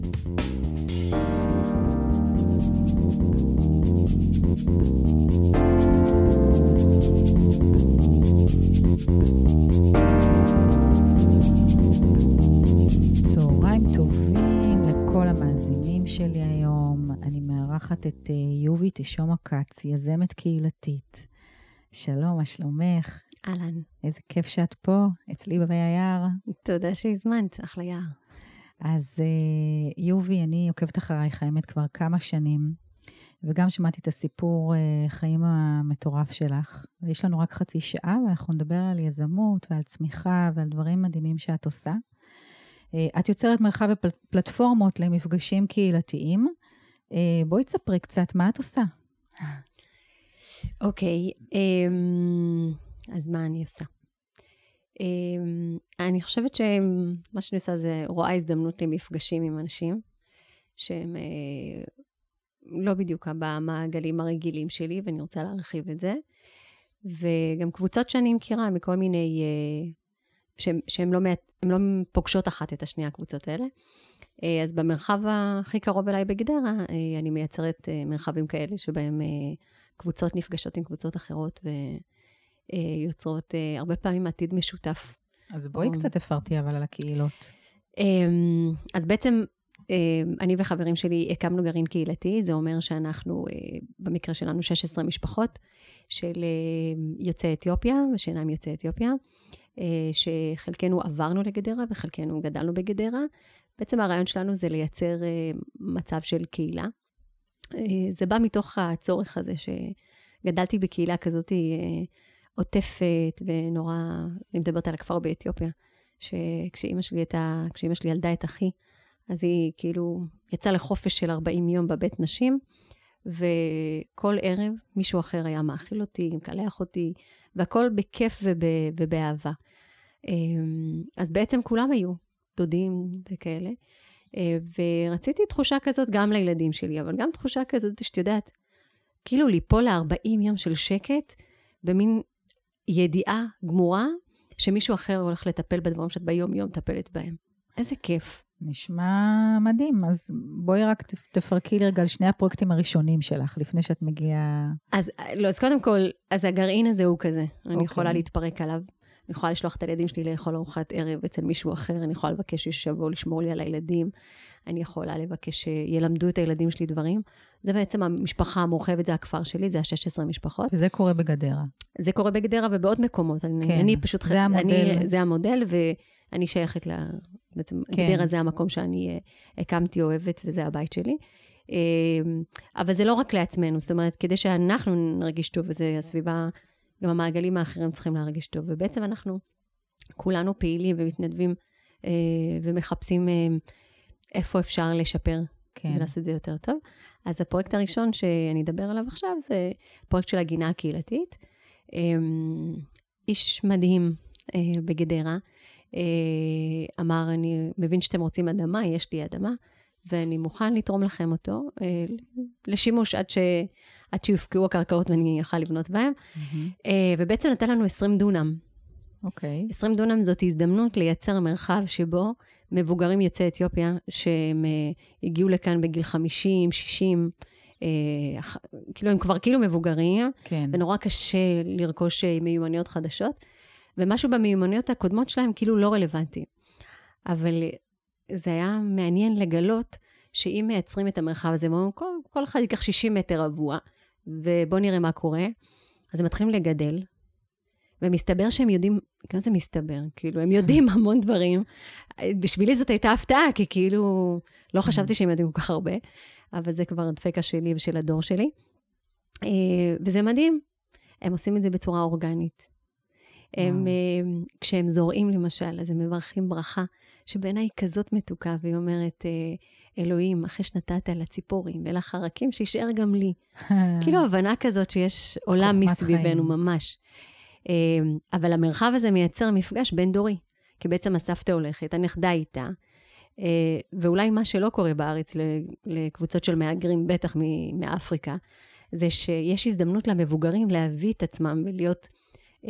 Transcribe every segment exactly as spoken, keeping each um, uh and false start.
צהריים טובים לכל המאזינים שלי היום. אני מארחת את יובי תשום הקץ, יזמת קהילתית. שלום, מה שלומך? אהלן. איזה כיף שאת פה, אצלי בבי היער. תודה שהזמנת, אחלה יער. אז יובי, אני עוקבת אחרייך האמת כבר כמה שנים, וגם שמעתי את הסיפור חיים המטורף שלך. ויש לנו רק חצי שעה, ואנחנו נדבר על יזמות ועל צמיחה ועל דברים מדהימים שאת עושה. את יוצרת מרחב בפלטפורמות למפגשים קהילתיים. בואי תספרי קצת, מה את עושה? אוקיי, אז מה אני עושה? אני חושבת שמה שאני עושה זה רואה הזדמנות למפגשים עם אנשים, שהם לא בדיוק במעגלים הרגילים שלי, ואני רוצה להרחיב את זה. וגם קבוצות שאני מכירה מכל מיני... שהן לא, לא פוגשות אחת את השנייה הקבוצות האלה. אז במרחב הכי קרוב אליי בגדרה, אני מייצרת מרחבים כאלה, שבהם קבוצות נפגשות עם קבוצות אחרות, ויוצרות הרבה פעמים עתיד משותף. אז בואי קצת תפרטי אבל על הקהילות. אז בעצם, אני וחברים שלי הקמנו גרעין קהילתי, זה אומר שאנחנו, במקרה שלנו, שש עשרה משפחות, של יוצאי אתיופיה, ושאינם יוצאי אתיופיה, שחלקנו עברנו לגדרה וחלקנו גדלנו בגדרה. בעצם הרעיון שלנו זה לייצר מצב של קהילה. זה בא מתוך הצורך הזה שגדלתי בקהילה כזאת עוטפת ונורא, אני מדברת על הכפר באתיופיה, שכשאימא שלי הייתה, כשאימא שלי ילדה את אחי, אז היא כאילו יצאה לחופש של ארבעים יום בבית נשים, וכל ערב מישהו אחר היה מאכיל אותי, מקלח אותי, והכל בכיף ובאהבה. אז בעצם כולם היו דודים וכאלה, ורציתי תחושה כזאת גם לילדים שלי, אבל גם תחושה כזאת שאת יודעת, כאילו ליפול ל-ארבעים יום של שקט, במין ידיעה גמורה, שמישהו אחר הולך לטפל בדברים שאת ביום יום טפלת בהם. איזה כיף. נשמע מדהים, אז בואי רק תפרקי לי רגע על שני הפרויקטים הראשונים שלך, לפני שאת מגיעה... אז, לא, אז קודם כל, אז הגרעין הזה הוא כזה, אני יכולה להתפרק עליו, אני יכולה לשלוח את הילדים שלי לאכול ארוחת ערב אצל מישהו אחר, אני יכולה לבקש שישבו לשמור לי על הילדים, אני יכולה לבקש שילמדו את הילדים שלי דברים, זה בעצם המשפחה המורחבת, זה הכפר שלי, זה ה-שש עשרה משפחות. וזה קורה בגדרה. זה קורה בגדרה ובעוד מקומות, כן, אני, אני פשוט... זה המודל. אני, זה המודל, ואני שייכת ל... בעצם כן. גדרה זה המקום שאני הקמתי אוהבת, וזה הבית שלי. אבל זה לא רק לעצמנו, זאת אומרת, כדי שאנחנו נרגיש טוב, וזה הסביבה, גם המעגלים האחרים צריכים להרגיש טוב, ובעצם אנחנו כולנו פעילים ומתנדבים, ומחפשים איפה אפשר לשפר, כן. ולעשות את זה יותר טוב. אז הפרויקט הראשון שאני אדבר עליו עכשיו, זה פרויקט של הגינה הקהילתית. איש מדהים בגדרה, אמר, אני מבין שאתם רוצים אדמה, יש לי אדמה, ואני מוכן לתרום לכם אותו, לשימוש עד, ש... עד שיופקעו הקרקעות ואני אוכל לבנות בהם. Mm-hmm. ובעצם נתן לנו עשרים דונם. אוקיי. Okay. עשרים דונם זאת הזדמנות לייצר מרחב שבו מבוגרים יוצאי אתיופיה, שהם הגיעו לכאן בגיל חמישים, שישים, כאילו הם כבר כאילו מבוגרים, כן. ונורא קשה לרכוש מיומנויות חדשות, ומשהו במיומנויות הקודמות שלהם כאילו לא רלוונטי. אבל זה היה מעניין לגלות שאם מייצרים את המרחב הזה, כל, כל אחד ייקח שישים מטר רבוע, ובואו נראה מה קורה, אז הם מתחילים לגדל, ומסתבר שהם יודעים, גם זה מסתבר, כאילו הם יודעים המון דברים. בשבילי זאת הייתה הפתעה, כי כאילו לא חשבתי שהם יודעים כל כך הרבה, אבל זה כבר דפקה שלי ושל הדור שלי. וזה מדהים, הם עושים את זה בצורה אורגנית. הם, כשהם זורעים למשל, אז הם מברכים ברכה, שבעיניי היא כזאת מתוקה, והיא אומרת, אלוהים, אחרי שנתת לציפורים ולחרקים, שישאר גם לי. כאילו הבנה כזאת שיש עולם מסביבנו ממש. אבל המרחב הזה מייצר מפגש בין דורי, כי בעצם הסבתא הולכת, הנכדה איתה, ואולי מה שלא קורה בארץ לקבוצות של מהגרים, בטח מאפריקה, זה שיש הזדמנות למבוגרים להביא את עצמם ולהיות,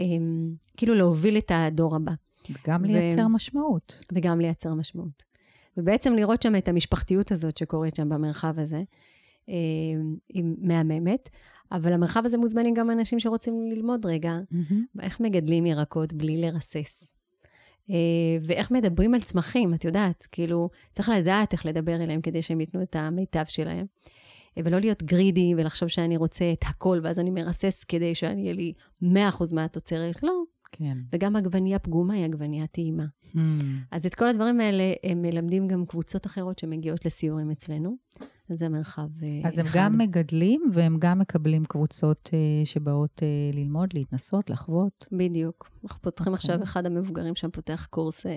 כאילו להוביל את הדור הבא. וגם לייצר משמעות. וגם לייצר משמעות. ובעצם לראות שם את המשפחתיות הזאת שקורית שם במרחב הזה, היא מהממת, אבל המרחב הזה מוזמנים גם אנשים שרוצים ללמוד רגע, mm-hmm. איך מגדלים ירקות בלי לרסס. ואיך מדברים על צמחים, את יודעת, כאילו, צריך לדעת איך לדבר אליהם כדי שהם ייתנו את המיטב שלהם. ולא להיות גרידי ולחשוב שאני רוצה את הכל, ואז אני מרסס כדי שאני יהיה לי מאה אחוז מהתוצרת, לא. כן. וגם עגבניה פגומה היא עגבניה טעימה. Hmm. אז את כל הדברים האלה, הם מלמדים גם קבוצות אחרות שמגיעות לסיורים אצלנו. אז זה מרחב אחד. אז הם גם מגדלים, והם גם מקבלים קבוצות שבאות ללמוד, להתנסות, לחוות. בדיוק. אנחנו פותחים okay. עכשיו, אחד המבוגרים שם פותח קורס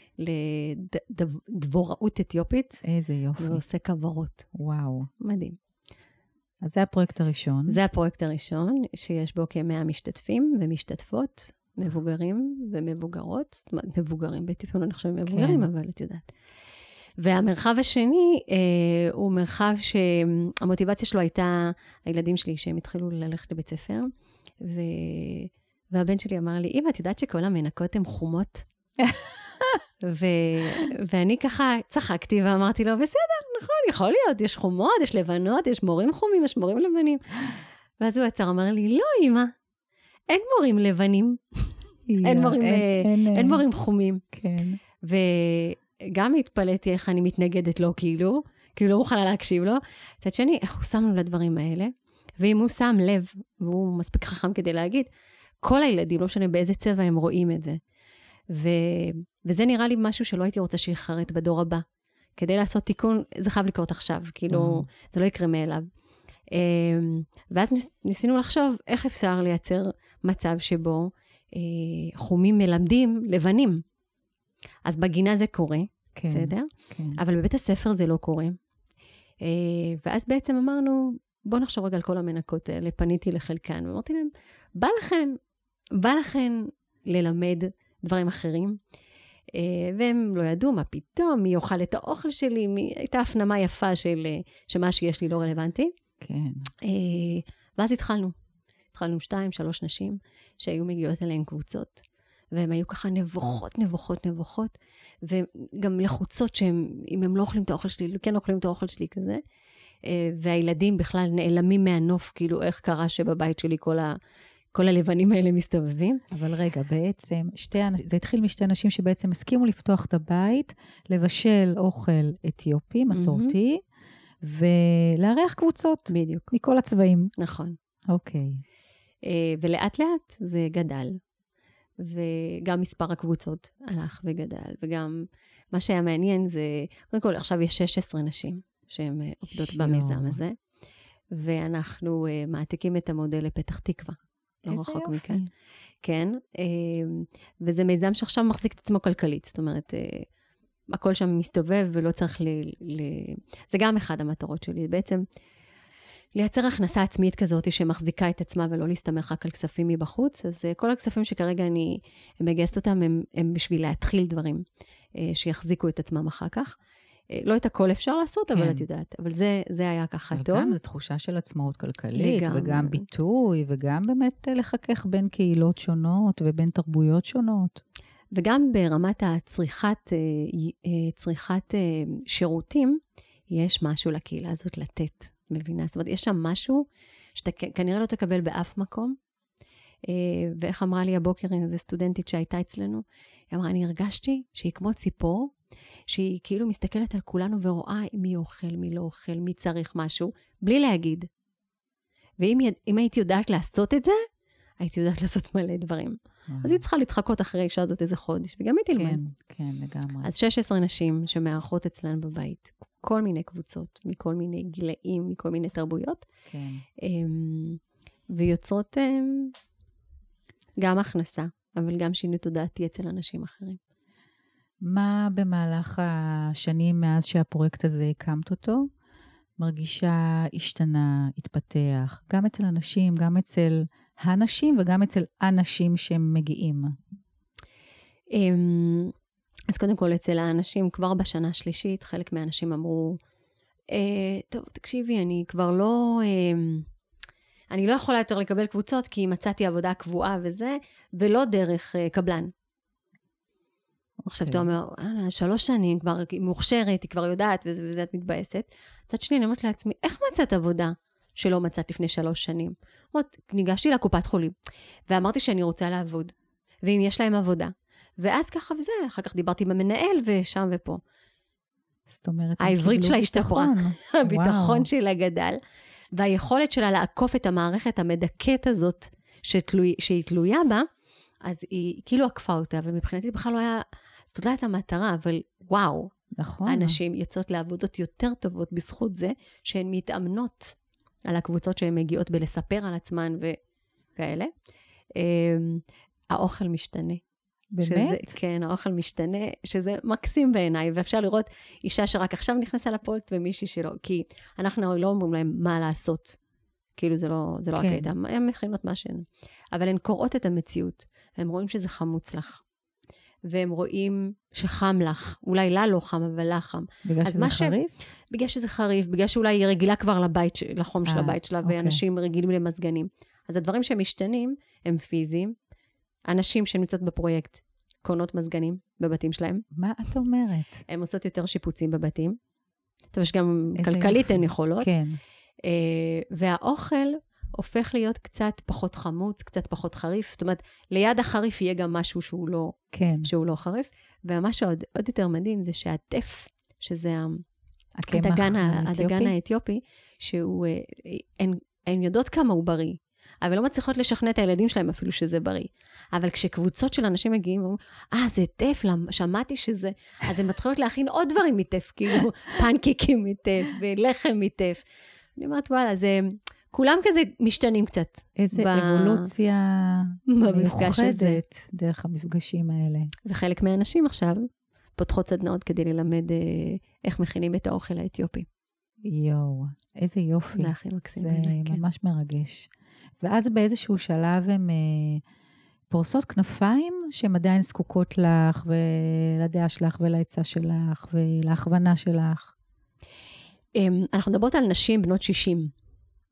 לדבוראות אתיופית. איזה יופי. ועושה כברות. וואו. מדהים. אז זה הפרויקט הראשון. זה הפרויקט הראשון, שיש בו כמאה משתתפים ומשתתפות, מבוגרים ומבוגרות. מבוגרים, בטיפול אני חושבת מבוגרים, כן. אבל את יודעת. והמרחב השני אה, הוא מרחב שהמוטיבציה שלו הייתה, הילדים שלי שהם התחילו ללכת לבית ספר, ו... והבן שלי אמר לי, אמא, את יודעת שכל המנקות הן חומות? ו... ואני ככה צחקתי ואמרתי לו, בסדר, נכון, יכול להיות, יש חומות, יש לבנות, יש מורים חומים, יש מורים לבנים. ואז הוא עצר, אמר לי, לא, אמא, אין מורים לבנים. אין מורים, אין מורים חומים. כן. וגם התפלאתי איך אני מתנגדת לו, כאילו, כאילו לא מוכנה להקשיב לו. מצד שני, איך הוא שם לו לדברים האלה, ואם הוא שם לב, והוא מספיק חכם כדי להגיד, כל הילדים, לא משנה באיזה צבע הם רואים את זה. ו... וזה נראה לי משהו שלא הייתי רוצה שיחרט בדור הבא. כדי לעשות תיקון, זה חייב לקרות עכשיו, כאילו, זה לא יקרה מאליו. ואז ניסינו לחשוב איך אפשר לייצר מצב שבו חומים מלמדים לבנים. אז בגינה זה קורה, כן, בסדר? כן. אבל בבית הספר זה לא קורה. ואז בעצם אמרנו, בוא נחשוב רגע על כל המנקות האלה, פניתי לחלקן, ואמרתי להם, בא לכן, בא לכן ללמד דברים אחרים, והם לא ידעו מה פתאום, מי יאכל את האוכל שלי, מי... הייתה הפנמה יפה של שמה שיש לי לא רלוונטי. כן. ואז התחלנו. התחלנו שתיים, שלוש נשים, שהיו מגיעות אליהן קבוצות, והן היו ככה נבוכות, נבוכות, נבוכות, וגם לחוצות שהם, אם הם לא אוכלים את האוכל שלי, כן אוכלים את האוכל שלי כזה, והילדים בכלל נעלמים מהנוף, כאילו איך קרה שבבית שלי כל ה... כל הלבנים האלה מסתובבים. אבל רגע, בעצם, שתי, זה התחיל משתי אנשים שבעצם הסכימו לפתוח את הבית, לבשל אוכל אתיופי, מסורתי, mm-hmm. ולארח קבוצות. בדיוק. מכל הצבעים. נכון. אוקיי. ולאט לאט זה גדל. וגם מספר הקבוצות הלך וגדל. וגם מה שהיה מעניין זה, קודם כל, עכשיו יש שש עשרה נשים שהן עובדות שיו. במיזם הזה, ואנחנו מעתיקים את המודל לפתח תקווה. לא רחוק מכאן. כן, וזה מיזם שעכשיו מחזיק את עצמו כלכלית, זאת אומרת, הכל שם מסתובב ולא צריך ל... ל... זה גם אחד המטרות שלי, בעצם לייצר הכנסה עצמית כזאת שמחזיקה את עצמה ולא להסתמך רק על כספים מבחוץ, אז כל הכספים שכרגע אני מגייסת אותם הם, הם בשביל להתחיל דברים שיחזיקו את עצמם אחר כך. לא את הכל אפשר לעשות, כן. אבל את יודעת. אבל זה, זה היה ככה אבל טוב. גם זו תחושה של עצמאות כלכלית, לגמרי. וגם ביטוי, וגם באמת לחכך בין קהילות שונות, ובין תרבויות שונות. וגם ברמת הצריכת, צריכת שירותים, יש משהו לקהילה הזאת לתת, מבינה? זאת אומרת, יש שם משהו שאתה כנראה לא תקבל באף מקום, ואיך אמרה לי הבוקר, איזו סטודנטית שהייתה אצלנו, היא אמרה, אני הרגשתי שהיא כמו ציפור, שהיא כאילו מסתכלת על כולנו ורואה מי אוכל, מי לא אוכל, מי צריך משהו, בלי להגיד. ואם אם הייתי יודעת לעשות את זה, הייתי יודעת לעשות מלא דברים. וואו. אז היא צריכה להתחקות אחרי האישה הזאת איזה חודש, וגם היא תלמד. כן, כן, לגמרי. אז שש עשרה נשים שמארחות אצלנו בבית, כל מיני קבוצות, מכל מיני גילאים, מכל מיני תרבויות, כן. ויוצרות גם הכנסה, אבל גם שינוי תודעתי אצל אנשים אחרים. מה במהלך השנים מאז שהפרויקט הזה הקמת אותו, מרגישה השתנה, התפתח, גם אצל אנשים, גם אצל הנשים וגם אצל אנשים שהם מגיעים? אז קודם כל אצל האנשים, כבר בשנה השלישית, חלק מהאנשים אמרו, טוב, תקשיבי, אני כבר לא... אני לא יכולה יותר לקבל קבוצות, כי מצאתי עבודה קבועה וזה, ולא דרך קבלן. עכשיו אתה אומר, שלוש שנים, כבר מוכשרת, היא כבר יודעת, וזה את מתבאסת. מצד שני, אני אומרת לעצמי, איך מצאת עבודה שלא מצאת לפני שלוש שנים? אומרת, ניגשתי לקופת חולים, ואמרתי שאני רוצה לעבוד, ואם יש להם עבודה. ואז ככה וזה, אחר כך דיברתי במנהל, ושם ופה. זאת אומרת, העברית שלה השתפרה, הביטחון שלה גדל, והיכולת שלה לעקוף את המערכת המדכאת הזאת, שתלוי, שהיא תלויה בה, אז היא כאילו עקפה אותה, ומבחינתי בכלל לא היה, זאת אומרת המטרה, אבל וואו, נכון. אנשים יוצאות לעבודות יותר טובות בזכות זה, שהן מתאמנות על הקבוצות שהן מגיעות בלספר על עצמן וכאלה. האוכל משתנה. באמת? שזה, כן, האוכל משתנה, שזה מקסים בעיניי, ואפשר לראות אישה שרק עכשיו נכנסה לפרויקט ומישהי שלא, כי אנחנו לא אומרים להם מה לעשות. כאילו זה לא, זה לא כן. רק הייתה, הן מכינות מה שהן. אבל הן קוראות את המציאות, הן רואים שזה חמוץ לך. והם רואים שחם לך, אולי לה לא חם, אבל לה חם. בגלל שזה חריף? ש... בגלל שזה חריף, בגלל שאולי היא רגילה כבר לבית, לחום 아, של הבית שלה, אוקיי. ואנשים רגילים למזגנים. אז הדברים שהם משתנים, הם פיזיים. אנשים שנמצאות בפרויקט, קונות מזגנים בבתים שלהם. מה את אומרת? הם עושות יותר שיפוצים בבתים. טוב, יש גם כלכלית הן יכולות. כן. והאוכל הופך להיות קצת פחות חמוץ, קצת פחות חריף. זאת אומרת, ליד החריף יהיה גם משהו שהוא לא, כן. שהוא לא חריף. ומה שעוד עוד יותר מדהים זה שהטף, שזה הקמח הדגן, האתיופי? הדגן האתיופי, שהוא, הן, הן יודעות כמה הוא בריא, אבל לא מצליחות לשכנע את הילדים שלהם אפילו שזה בריא. אבל כשקבוצות של אנשים מגיעים, ואומרים, אה, זה טף, שמעתי שזה, אז הן מתחילות להכין עוד דברים מטף, כאילו פנקיקים מטף, ולחם מטף. אני אומרת, וואלה, זה... כולם כזה משתנים קצת. איזה ב... אבולוציה מיוחדת דרך המפגשים האלה. וחלק מהאנשים עכשיו פותחות סדנאות כדי ללמד אה, איך מכינים את האוכל האתיופי. יואו, איזה יופי. זה הכי מקסים. זה בעיני, ממש כן. מרגש. ואז באיזשהו שלב הן אה, פורסות כנפיים שהן עדיין זקוקות לך ולדעה שלך ולעצה שלך ולהכוונה שלך. אה, אנחנו מדברות על נשים בנות שישים.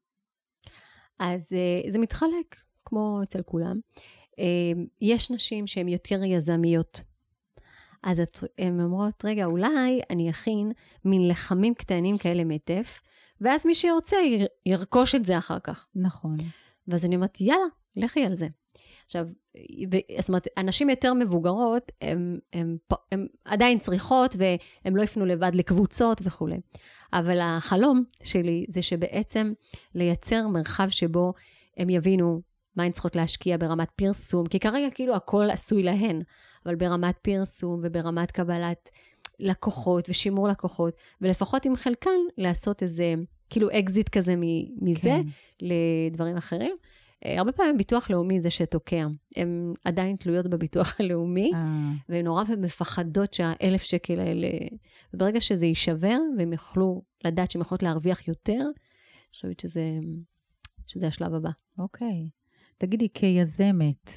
אז uh, זה מתחלק, כמו אצל כולם. Uh, יש נשים שהן יותר יזמיות. אז הן אומרות, רגע, אולי אני אכין מין לחמים קטנים כאלה מטף, ואז מי שירצה ירכוש את זה אחר כך. נכון. ואז אני אומרת, יאללה, לכי על זה. עכשיו, ו- זאת אומרת, אנשים יותר מבוגרות, הן עדיין צריכות, והן לא יפנו לבד לקבוצות וכו'. אבל החלום שלי זה שבעצם לייצר מרחב שבו הם יבינו מה הן צריכות להשקיע ברמת פרסום, כי כרגע כאילו הכל עשוי להן, אבל ברמת פרסום וברמת קבלת לקוחות ושימור לקוחות, ולפחות עם חלקן לעשות איזה כאילו אקזיט כזה מזה כן. לדברים אחרים. הרבה פעמים ביטוח לאומי זה שתוקע. הן עדיין תלויות בביטוח הלאומי, והן נורא מפחדות שהאלף שקל האלה, וברגע שזה יישבר, והם יוכלו לדעת שהן יכולות להרוויח יותר, אני חושבת שזה, שזה השלב הבא. אוקיי. תגידי, כיזמת,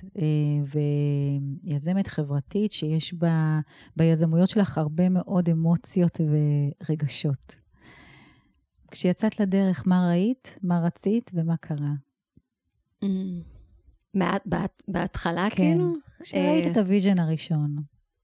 ויזמת חברתית, שיש בה, ביזמויות שלך הרבה מאוד אמוציות ורגשות. כשיצאת לדרך, מה ראית, מה רצית ומה קרה? בהתחלה, כן. כאילו? כשראית את הוויז'ן הראשון.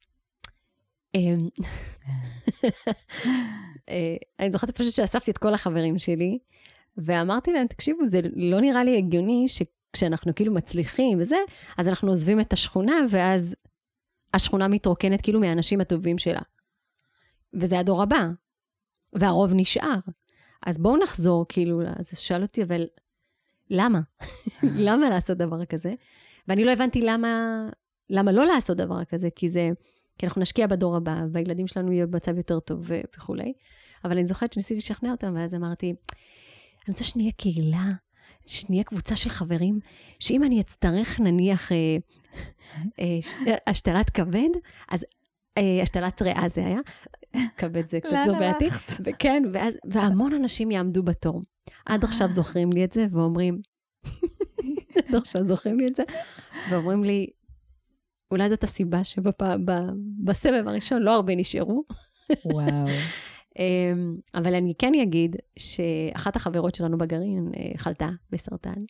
אני זוכרת פשוט שאספתי את כל החברים שלי, ואמרתי להם, תקשיבו, זה לא נראה לי הגיוני שכשאנחנו כאילו מצליחים וזה, אז אנחנו עוזבים את השכונה, ואז השכונה מתרוקנת כאילו מהאנשים הטובים שלה. וזה הדור הבא, והרוב נשאר. אז בואו נחזור, כאילו, אז שאל אותי, אבל למה? למה לעשות דבר כזה? ואני לא הבנתי למה, למה לא לעשות דבר כזה, כי זה, כי אנחנו נשקיע בדור הבא, והילדים שלנו יהיו במצב יותר טוב וכו'. אבל אני זוכרת שניסיתי לשכנע אותם, ואז אמרתי, אני רוצה שנהיה קהילה, שנהיה קבוצה של חברים, שאם אני אצטרך נניח אה, אה, השתלת כבד, אז אה, השתלת ריאה זה היה, כבד זה קצת זובעתי, וכן, ואז, והמון אנשים יעמדו בתור. עד עכשיו זוכרים לי את זה, ואומרים, עד עכשיו זוכרים לי את זה, ואומרים לי, אולי זאת הסיבה שבסבב הראשון לא הרבה נשארו. וואו. אבל אני כן אגיד שאחת החברות שלנו בגרעין חלתה בסרטן,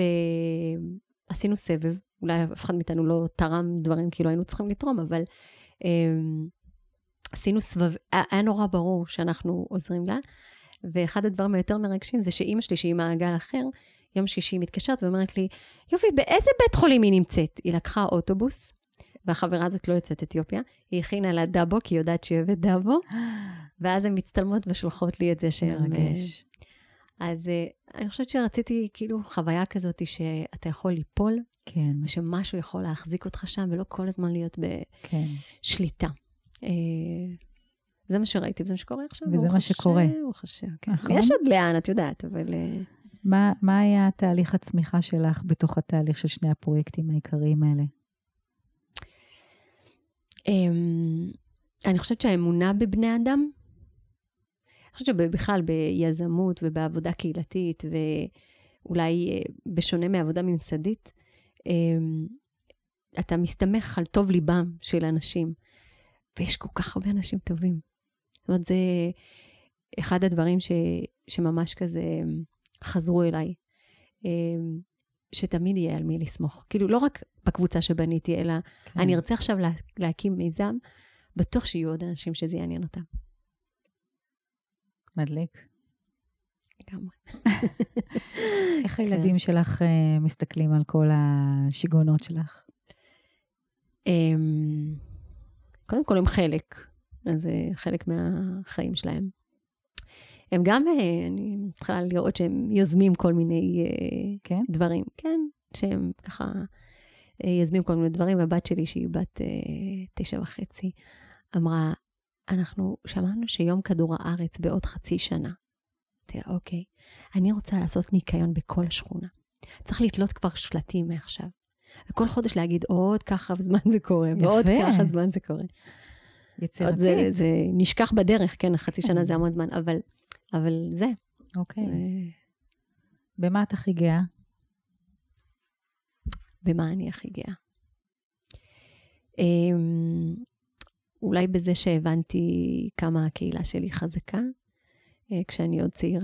ועשינו סבב, אולי אף אחד מאיתנו לא תרם דברים, כאילו היינו צריכים לתרום, אבל עשינו סבב, היה נורא ברור שאנחנו עוזרים לה, ואחד הדברים היותר מרגשים זה שאימא שלי, שהיא מעגל אחר, יום שישי מתקשרת ואומרת לי, יופי, באיזה בית חולים היא נמצאת? היא לקחה אוטובוס, והחברה הזאת לא יוצאת אתיופיה, היא הכינה לה דאבו, כי היא יודעת שהיא אוהבת דאבו, ואז הן מצטלמות ושולחות לי את זה שהן... מרגש. אז אני חושבת שרציתי כאילו חוויה כזאת שאתה יכול ליפול, כן. ושמשהו יכול להחזיק אותך שם, ולא כל הזמן להיות בשליטה. כן. זה מה שראיתי, וזה מה שקורה עכשיו. וזה מה שקורה. הוא חושב, כן. יש עוד לאן, את יודעת, אבל... מה, מה היה תהליך הצמיחה שלך בתוך התהליך של שני הפרויקטים העיקריים האלה? אני חושבת שהאמונה בבני אדם, אני חושבת שבכלל ביזמות ובעבודה קהילתית, ואולי בשונה מעבודה ממסדית, אתה מסתמך על טוב ליבם של אנשים, ויש כל כך הרבה אנשים טובים. זאת אומרת, זה אחד הדברים ש, שממש כזה חזרו אליי, שתמיד יהיה על מי לסמוך. כאילו, לא רק בקבוצה שבניתי, אלא כן. אני ארצה עכשיו לה, להקים מיזם, בטוח שיהיו עוד אנשים שזה יעניין אותם. מדליק. לגמרי. איך הילדים שלך מסתכלים על כל השיגעונות שלך? קודם כל הם חלק, אז זה חלק מהחיים שלהם. הם גם, אני צריכה לראות שהם יוזמים כל מיני כן? דברים. כן, שהם ככה יוזמים כל מיני דברים. הבת שלי, שהיא בת תשע וחצי, אמרה, אנחנו שמענו שיום כדור הארץ בעוד חצי שנה. תראה, אוקיי, אני רוצה לעשות ניקיון בכל השכונה. צריך לתלות כבר שלטים מעכשיו. וכל חודש להגיד, עוד ככה זמן זה קורה, יפה. ועוד ככה זמן זה קורה. יצירתית. זה, זה נשכח בדרך, כן, חצי שנה זה המון זמן, אבל, אבל זה. אוקיי. זה... במה את הכי גאה? במה אני הכי גאה? אולי בזה שהבנתי כמה הקהילה שלי חזקה, כשאני עוד צעירה.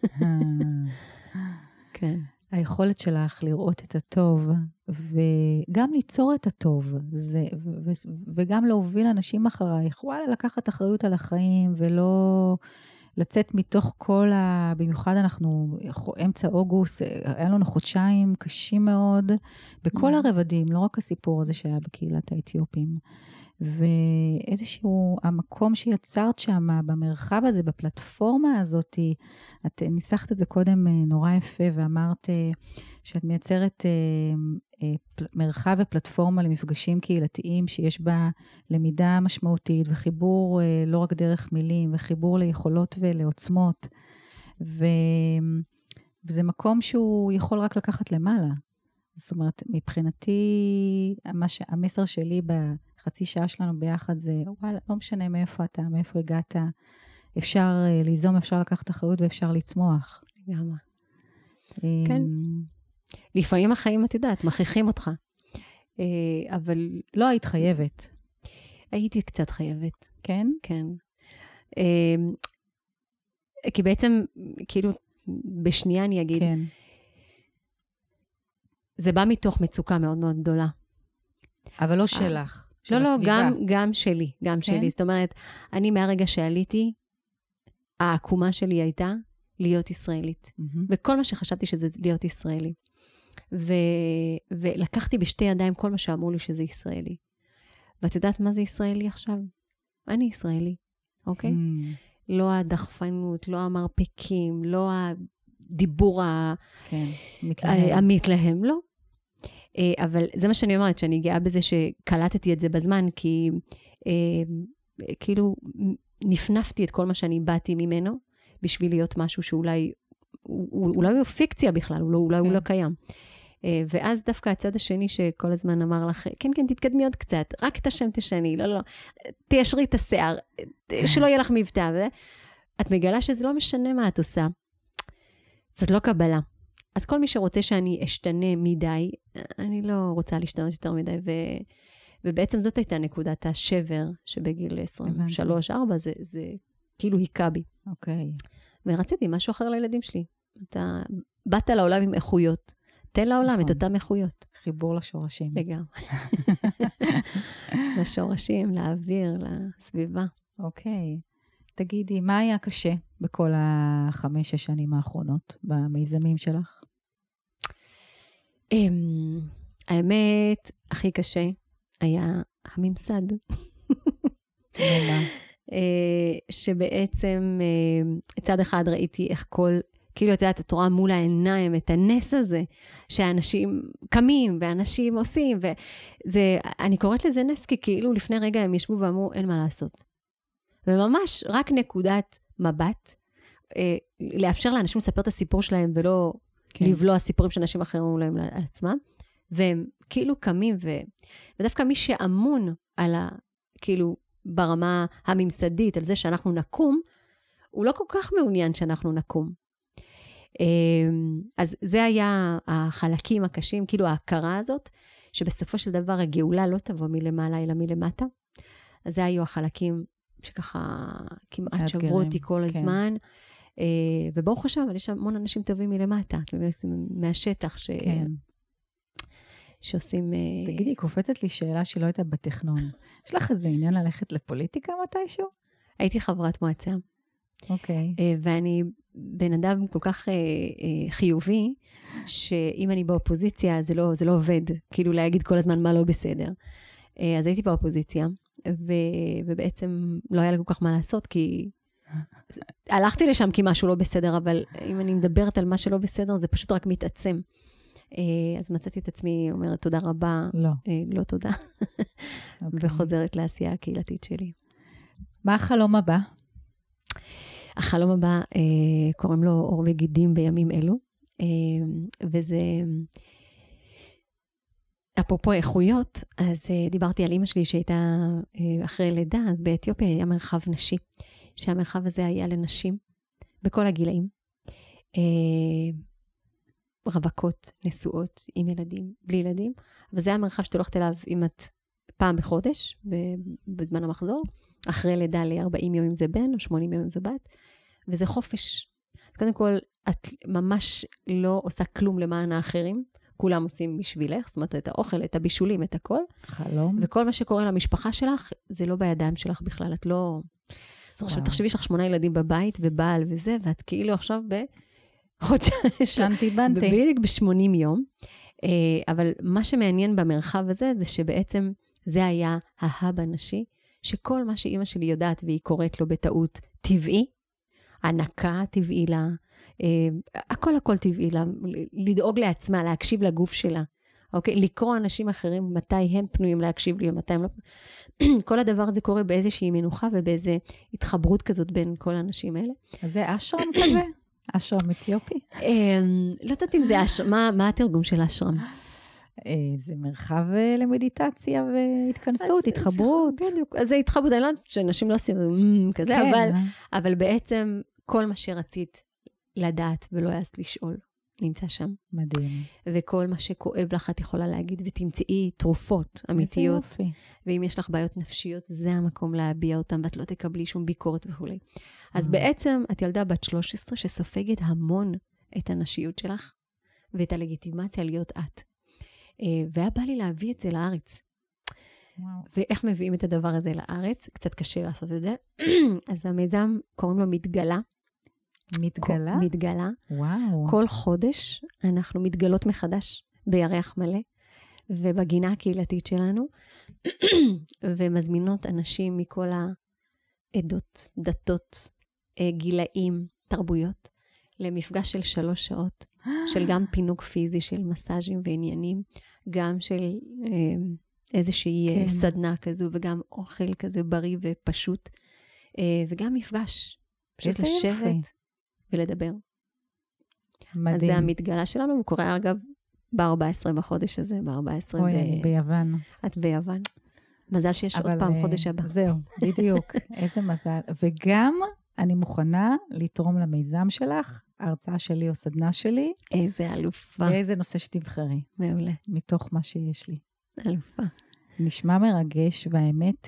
כן. היכולת שלך לראות את הטוב, וגם ליצור את הטוב, זה, ו, ו, וגם להוביל אנשים אחרייך, וואלה, לקחת אחריות על החיים, ולא לצאת מתוך כל ה... במיוחד אנחנו, אמצע אוגוסט, היה לנו חודשיים קשים מאוד, בכל הרבדים, לא רק הסיפור הזה שהיה בקהילת האתיופים. ואיזשהו המקום שיצרת שם, במרחב הזה, בפלטפורמה הזאת, את ניסחת את זה קודם נורא יפה, ואמרת שאת מייצרת מרחב ופלטפורמה למפגשים קהילתיים, שיש בה למידה משמעותית, וחיבור לא רק דרך מילים, וחיבור ליכולות ולעוצמות, ו... וזה מקום שהוא יכול רק לקחת למעלה. זאת אומרת, מבחינתי, המש... המסר שלי ב... חצי שעה שלנו ביחד זה, וואלה, לא משנה מאיפה אתה, מאיפה הגעת, אפשר ליזום, אפשר לקחת אחריות ואפשר לצמוח. לגמרי. כן. לפעמים החיים, את יודעת, מכריחים אותך. אבל... לא היית חייבת. הייתי קצת חייבת. כן? כן. כי בעצם, כאילו, בשנייה אני אגיד, כן. זה בא מתוך מצוקה מאוד מאוד גדולה. אבל לא שלך. לא, לא, גם, גם שלי, גם שלי. זאת אומרת, אני מהרגע שעליתי, העקומה שלי הייתה להיות ישראלית. וכל מה שחשבתי שזה להיות ישראלי. ולקחתי בשתי ידיים כל מה שאמרו לי שזה ישראלי. ואת יודעת מה זה ישראלי עכשיו? אני ישראלי, אוקיי? לא הדחפנות, לא המרפקים, לא הדיבור המתלהם, לא. אבל זה מה שאני אומרת, שאני גאה בזה שקלטתי את זה בזמן, כי אה, כאילו נפנפתי את כל מה שאני באתי ממנו, בשביל להיות משהו שאולי, אולי הוא פיקציה בכלל, אולי, אולי כן. הוא לא קיים. אה, ואז דווקא הצד השני שכל הזמן אמר לך, כן, כן, תתקדמי עוד קצת, רק את השם תשני, לא, לא, תיישרי את השיער, שלא יהיה לך מבטא, ואת מגלה שזה לא משנה מה את עושה. זאת לא קבלה. אז כל מי שרוצה שאני אשתנה מדי, אני לא רוצה להשתנות יותר מדי, ו... ובעצם זאת הייתה נקודת השבר, שבגיל עשרים ושלוש ארבע, זה, זה כאילו היכה בי. אוקיי. ורציתי משהו אחר לילדים שלי. אתה באת לעולם עם איכויות, תן לעולם נכון. את אותם איכויות. חיבור לשורשים. לגמרי. לשורשים, לאוויר, לסביבה. אוקיי. תגידי, מה היה קשה בכל החמש, שש שנים האחרונות במיזמים שלך? האמת, הכי קשה היה הממסד. שבעצם צד אחד ראיתי איך כל, כאילו את יודעת, את רואה מול העיניים את הנס הזה, שאנשים קמים ואנשים עושים, וזה, אני קוראת לזה נס, כי כאילו לפני רגע הם ישבו ואמרו, אין מה לעשות. וממש רק נקודת מבט, לאפשר לאנשים לספר את הסיפור שלהם, ולא כן. לבלוע סיפורים שאנשים אחרים אומרים להם על עצמם, והם כאילו קמים, ו... ודווקא מי שאמון על ה... כאילו ברמה הממסדית, על זה שאנחנו נקום, הוא לא כל כך מעוניין שאנחנו נקום. אז זה היה החלקים הקשים, כאילו ההכרה הזאת, שבסופו של דבר הגאולה לא תבוא מלמעלה, אלא מלמטה. אז זה היו החלקים שככה כמעט שברו אותי כל הזמן. וברוך השם, אבל יש המון אנשים טובים מלמטה, מהשטח ש... כן. שעושים... תגידי, קופצת לי שאלה שלא הייתה בתכנון. יש לך איזה עניין ללכת לפוליטיקה מתישהו? הייתי חברת מועצה. אוקיי. ואני בן אדם כל כך חיובי, שאם אני באופוזיציה, זה לא, זה לא עובד. כאילו להגיד כל הזמן מה לא בסדר. אז הייתי באופוזיציה, ו... ובעצם לא היה לי כל כך מה לעשות, כי... הלכתי לשם כי משהו לא בסדר, אבל אם אני מדברת על מה שלא בסדר, זה פשוט רק מתעצם. אז מצאתי את עצמי, אומרת, תודה רבה. לא. לא תודה. וחוזרת לעשייה הקהילתית שלי. מה החלום הבא? החלום הבא, קוראים לו אור וגידים בימים אלו, וזה, אפרופו איכויות, אז דיברתי על אמא שלי שהייתה אחרי לידה, אז באתיופיה היה מרחב נשי, שהמרחב הזה היה לנשים, בכל הגילאים, רווקות, נשואות, עם ילדים, בלי ילדים, וזה המרחב שאת הולכת אליו אם את פעם בחודש, בזמן המחזור, אחרי לידה ל-ארבעים יום אם זה בן, או שמונים יום אם זה בת, וזה חופש. קודם כל, את ממש לא עושה כלום למען האחרים, כולם עושים בשבילך, זאת אומרת, את האוכל, את הבישולים, את הכל. חלום. וכל מה שקורה למשפחה שלך, זה לא בידיים שלך בכלל, את לא... עכשיו, תחשבי שלך שמונה ילדים בבית, ובעל וזה, ואת כאילו עכשיו בחודשיים... שנתי בנתי. בדיוק ב-שמונים יום. אבל מה שמעניין במרחב הזה, זה שבעצם זה היה ההב הנשי, שכל מה שאימא שלי יודעת, והיא קוראת לו בטעות טבעי, הנקה טבעי לה, הכל הכל טבעי לה, לדאוג לעצמה, להקשיב לגוף שלה, אוקיי? לקרוא אנשים אחרים מתי הם פנויים להקשיב לי, ומתי הם לא פנויים. כל הדבר הזה קורה באיזושהי מנוחה, ובאיזו התחברות כזאת בין כל האנשים האלה. אז זה אשרם כזה? אשרם אתיופי? לא יודעת אם זה אשרם, מה התרגום של אשרם? זה מרחב למדיטציה והתכנסות, התחברות. בדיוק, אז זה התחברות, אני לא יודעת שאנשים לא עושים כזה, אבל בעצם כל מה שרצית לדעת ולא יעשת לשאול, נמצא שם. מדהים. וכל מה שכואב לך את יכולה להגיד, ותמצאי תרופות אמיתיות. ואם יש לך בעיות נפשיות, זה המקום להביע אותם, ואת לא תקבלי שום ביקורת וכו'. אז בעצם את ילדה בת שלוש עשרה שסופגת המון את הנשיות שלך, ואת הלגיטימציה להיות את. והיה בא לי להביא את זה לארץ. וואו. ואיך מביאים את הדבר הזה לארץ? קצת קשה לעשות את זה. אז המיזם קוראים לו מתגלה. מתגלה? מתגלה. וואו. כל חודש אנחנו מתגלות מחדש בירח מלא, ובגינה הקהילתית שלנו, ומזמינות אנשים מכל העדות, דתות, גילאים, תרבויות, למפגש של שלוש שעות, של גם פינוק פיזי של מסאז'ים ועניינים, גם של אה, איזושהי כן. סדנה כזו, וגם אוכל כזה בריא ופשוט, אה, וגם מפגש, פשוט לשבת יפי. ולדבר. מדהים. אז זה המתגלה שלנו, הוא קורה אגב ב-ארבע עשרה בחודש הזה, ב-ארבע עשרה. אוי, ב... אני ביוון. את ביוון. מזל שיש עוד פעם חודש הבא. זהו, בדיוק, איזה מזל. וגם אני מוכנה לתרום למיזם שלך, ההרצאה שלי או סדנה שלי. איזה אלופה. ואיזה נושא שתבחרי. מעולה. מתוך מה שיש לי. אלופה. נשמע מרגש, והאמת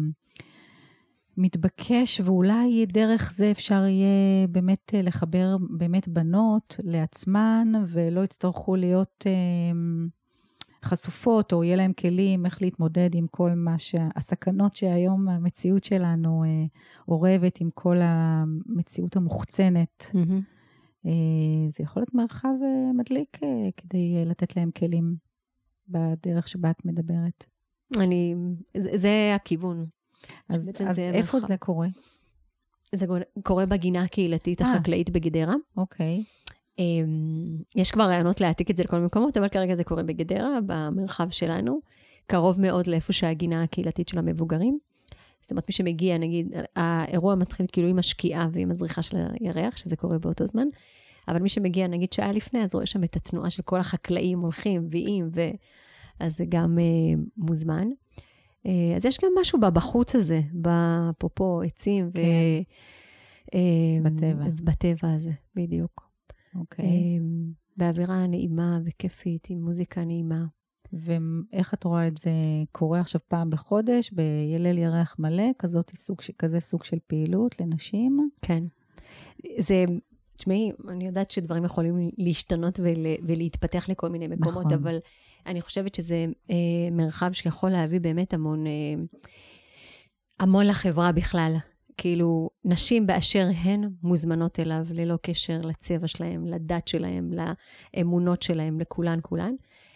מתבקש, ואולי דרך זה אפשר יהיה באמת לחבר באמת בנות לעצמן, ולא יצטרכו להיות חשופות, או יהיה להם כלים איך להתמודד עם כל מה שהסכנות שהיום המציאות שלנו אה, עורבת, עם כל המציאות המוחצנת. Mm-hmm. אה, זה יכול להיות מרחב אה, מדליק אה, כדי אה, לתת להם כלים בדרך שבה את מדברת. אני, זה, זה הכיוון. אז, אז זה איפה מרחב. זה קורה? זה קורה בגינה הקהילתית החקלאית בגדרה. אוקיי. יש כבר רעיונות להעתיק את זה לכל מקומות, אבל כרגע זה קורה בגדרה, במרחב שלנו, קרוב מאוד לאיפה שהגינה הקהילתית של המבוגרים. זאת אומרת, מי שמגיע, נגיד, האירוע מתחיל כאילו עם השקיעה ועם הזריחה של הירח, שזה קורה באותו זמן, אבל מי שמגיע, נגיד, שעה לפני, אז רואה שם את התנועה של כל החקלאים הולכים, ויעים, ואז זה גם uh, מוזמן. Uh, אז יש גם משהו בחוץ הזה, בפופו, עצים, כן. ו... Uh, בטבע. בטבע הזה, בדיוק. אוקיי. Okay. Um, באווירה נעימה וכיפית, עם מוזיקה נעימה. ואיך את רואה את זה קורה עכשיו פעם בחודש, בילל ירח מלא, כזאת סוג, כזה סוג של פעילות לנשים? כן. זה, תשמעי, אני יודעת שדברים יכולים להשתנות ול, ולהתפתח לכל מיני מקומות, נכון. אבל אני חושבת שזה אה, מרחב שיכול להביא באמת המון, אה, המון לחברה בכלל. כאילו, נשים באשר הן מוזמנות אליו, ללא קשר לצבע שלהם, לדת שלהם, לאמונות שלהם, לכולן, כולן.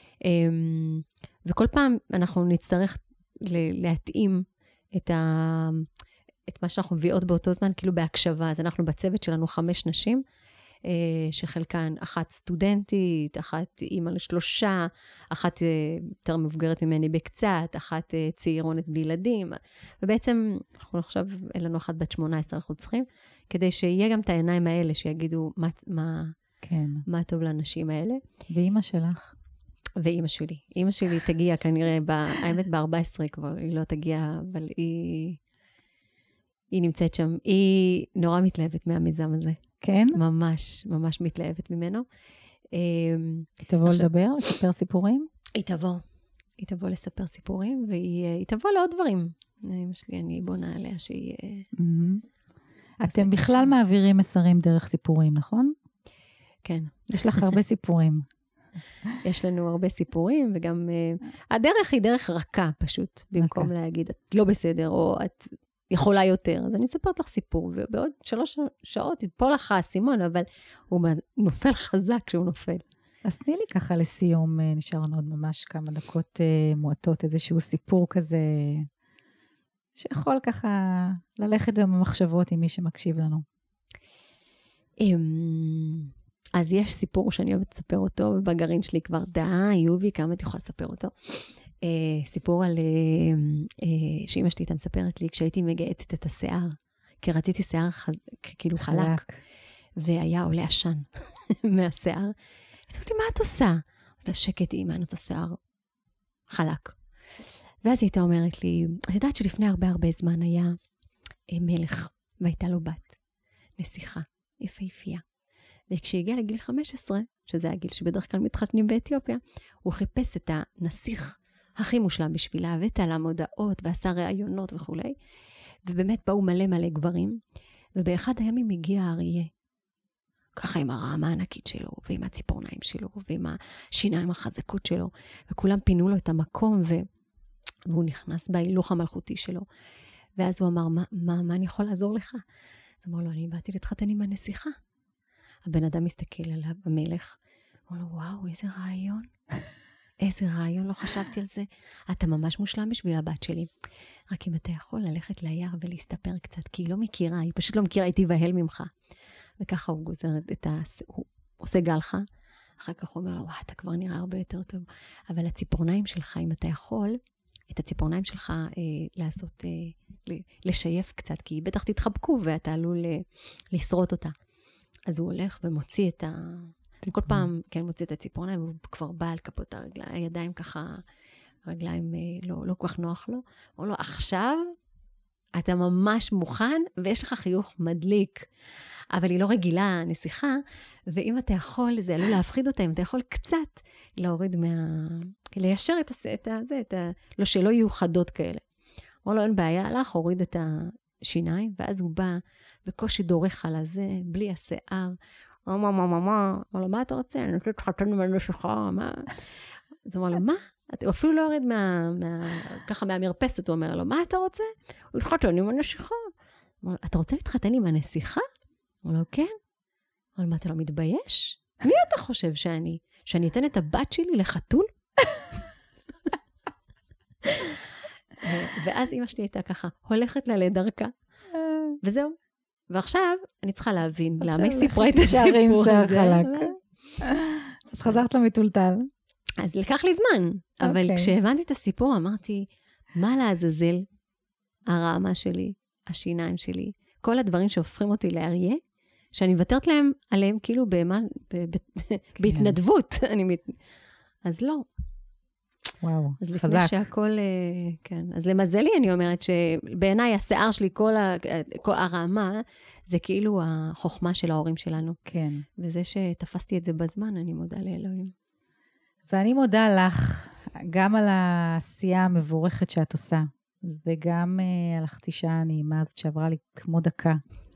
וכל פעם אנחנו נצטרך להתאים את, ה... את מה שאנחנו מביאות באותו זמן, כאילו בהקשבה. אז אנחנו בצוות שלנו חמש נשים, שחלקן אחת סטודנטית, אחת אימא לשלושה, אחת יותר מבוגרת ממני בקצת, אחת צעירונת בלי ילדים, ובעצם אנחנו עכשיו, אין לנו אחת בת שמונה עשרה, אנחנו צריכים, כדי שיהיה גם את העיניים האלה, שיגידו מה, מה, כן. מה טוב לאנשים האלה. ואימא שלך? ואימא שלי. אימא שלי תגיע כנראה, האמת ב-ארבע עשרה כבר, היא לא תגיע, אבל היא, היא נמצאת שם. היא נורא מתלהבת מהמיזם הזה. כן? ממש, ממש מתלהבת ממנו. היא תבוא עכשיו, לדבר, לספר סיפורים? היא תבוא. היא תבוא לספר סיפורים, והיא תבוא לעוד דברים. אמא שלי, אני בונה עליה שהיא... Mm-hmm. אתם בכלל מעבירים מסרים דרך סיפורים, נכון? כן. יש לך הרבה סיפורים. יש לנו הרבה סיפורים, וגם uh, הדרך היא דרך רכה פשוט, במקום okay. להגיד, את לא בסדר, או את יכולה יותר. אז אני אספרת לך סיפור, ובעוד שלוש שעות יפול לך הסימון, אבל הוא נופל חזק כשהוא נופל. אז תני לי ככה לסיום, נשאר לנו עוד ממש כמה דקות uh, מועטות, איזשהו סיפור כזה, שיכול ככה ללכת במחשבות עם מי שמקשיב לנו. אז יש סיפור שאני אוהבת לספר אותו, ובגרעין שלי כבר, די, יובי, כמה את יכולה לספר אותו? Uh, סיפור על, uh, uh, שאמא שלי הייתה מספרת לי, כשהייתי מגעטת את השיער, כי רציתי שיער חז... כאילו חלק, חלק, והיה עולה עשן מהשיער. ותגידי, מה את עושה? אז שקט אימא, אני רוצה שיער חלק. ואז היא הייתה אומרת לי, את יודעת שלפני הרבה הרבה זמן היה uh, מלך, והייתה לו בת, נסיכה, יפהפייה. וכשהגיע לגיל חמש עשרה, שזה הגיל שבדרך כלל מתחתנים באתיופיה, הוא חיפש את הנסיך הכי מושלם בשבילה, ותעלה מודעות, ועשה ראיונות וכו'. ובאמת באו מלא מלא גברים, ובאחד הימים הגיע האריה, ככה עם הרעמה הענקית שלו, ועם הציפורניים שלו, ועם השיניים החזקות שלו, וכולם פינו לו את המקום, ו... והוא נכנס בהילוך המלכותי שלו. ואז הוא אמר, מה, מה, מה אני יכול לעזור לך? אז הוא אמר לו, אני באתי להתחתן עם הנסיכה. הבן אדם מסתכל עליו, המלך, הוא אומר לו, וואו, איזה רעיון. איזה רעיון, לא חשבתי על זה. אתה ממש מושלם בשביל הבת שלי. רק אם אתה יכול ללכת ליער ולהסתפר קצת, כי היא לא מכירה, היא פשוט לא מכירה, היא תיבהל ממך. וככה הוא גוזר את ה... הוא עושה גלחה, אחר כך הוא אומר לו, וואו, אתה כבר נראה הרבה יותר טוב. אבל הציפורניים שלך, אם אתה יכול, את הציפורניים שלך אה, לעשות, אה, לשייף קצת, כי היא בטח תתחבקו, ואתה עלול אה, לשרוט אותה. אז הוא הולך ומוציא את ה... כל פעם, כן, מוציא את הציפורניים, והוא כבר בא על כפות הרגליים, הידיים ככה, הרגליים לא, לא כל כך נוח לו. הוא אומר לו, עכשיו אתה ממש מוכן, ויש לך חיוך מדליק. אבל היא לא רגילה, נסיכה, ואם אתה יכול, זה עלול להפחיד אותה, אם אתה יכול קצת להוריד מה... ליישר את הזה, את הזה, את ה... לא שלא יהיו חדות כאלה. הוא אומר לו, אין בעיה, הלך, הוריד את השיניים, ואז הוא בא, וקושי דורך על הזה, בלי השיער, מה, מה, מה, מה, מה, מה, מה אתה רוצה? אני רוצה להתחתן עם הנסיכה, מה? אז הוא אומר לו, מה? הוא אפילו לא יורד מה, מה, ככה מהמרפסת, הוא אומר לו, מה אתה רוצה? הוא התחתן עם הנסיכה. הוא אומר, אתה רוצה להתחתן עם הנסיכה? הוא אומר לו, כן. אבל מה, אתה לא מתבייש? מי אתה חושב שאני? שאני אתן את הבת שלי לחתול? ואז אמא שלי הייתה ככה, הולכת לה לדרכה. וזהו. ועכשיו אני צריכה להבין, למה היא סיפרה את הסיפור הזה. אז חזרת למטולטל. אז לקח לי זמן, אבל כשהבנתי את הסיפור, אמרתי, מה לעזאזל הרעמה שלי, השיניים שלי, כל הדברים שהופכים אותי לאריה, שאני מוותרת להם עליהם כאילו בהתנדבות. אז לא. וואו, אז לפני שהכל, כן. אז למזלי אני אומרת שבעיניי השיער שלי, כל הרעמה, זה כאילו החוכמה של ההורים שלנו. כן. וזה שתפסתי את זה בזמן, אני מודה לאלוהים. ואני מודה לך גם על העשייה המבורכת שאת עושה, וגם על החצי שעה הנעימה הזאת שעברה לי כמו דקה.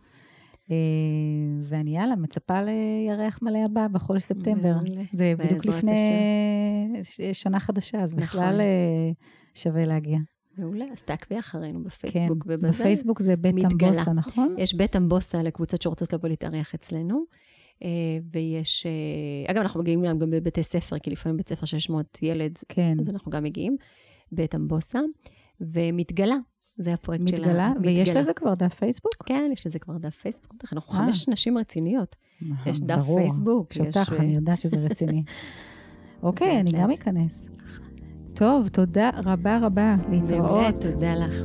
ואני יאללה, מצפה לירח מלא הבא בחודש ספטמבר. זה בדיוק לפני שנה חדשה, אז בכלל שווה להגיע. מעולה, אז תעקבי אחרינו בפייסבוק. כן, בפייסבוק זה בית אמבוסה, נכון? יש בית אמבוסה לקבוצות שרוצות לבוא להתארח אצלנו, ויש, אגב, אנחנו מגיעים להם גם לבתי ספר, כי לפעמים בית ספר שש מאות ילד, אז אנחנו גם מגיעים, בית אמבוסה, ומתגלה. זה הפרויקט שלה. מתגלה, ויש לזה כבר דף פייסבוק? כן, יש לזה כבר דף פייסבוק. אנחנו חמש נשים רציניות. יש דף פייסבוק. שותך, אני יודעת שזה רציני. אוקיי, אני גם אכנס. טוב, תודה רבה רבה. להתראות. תודה לך.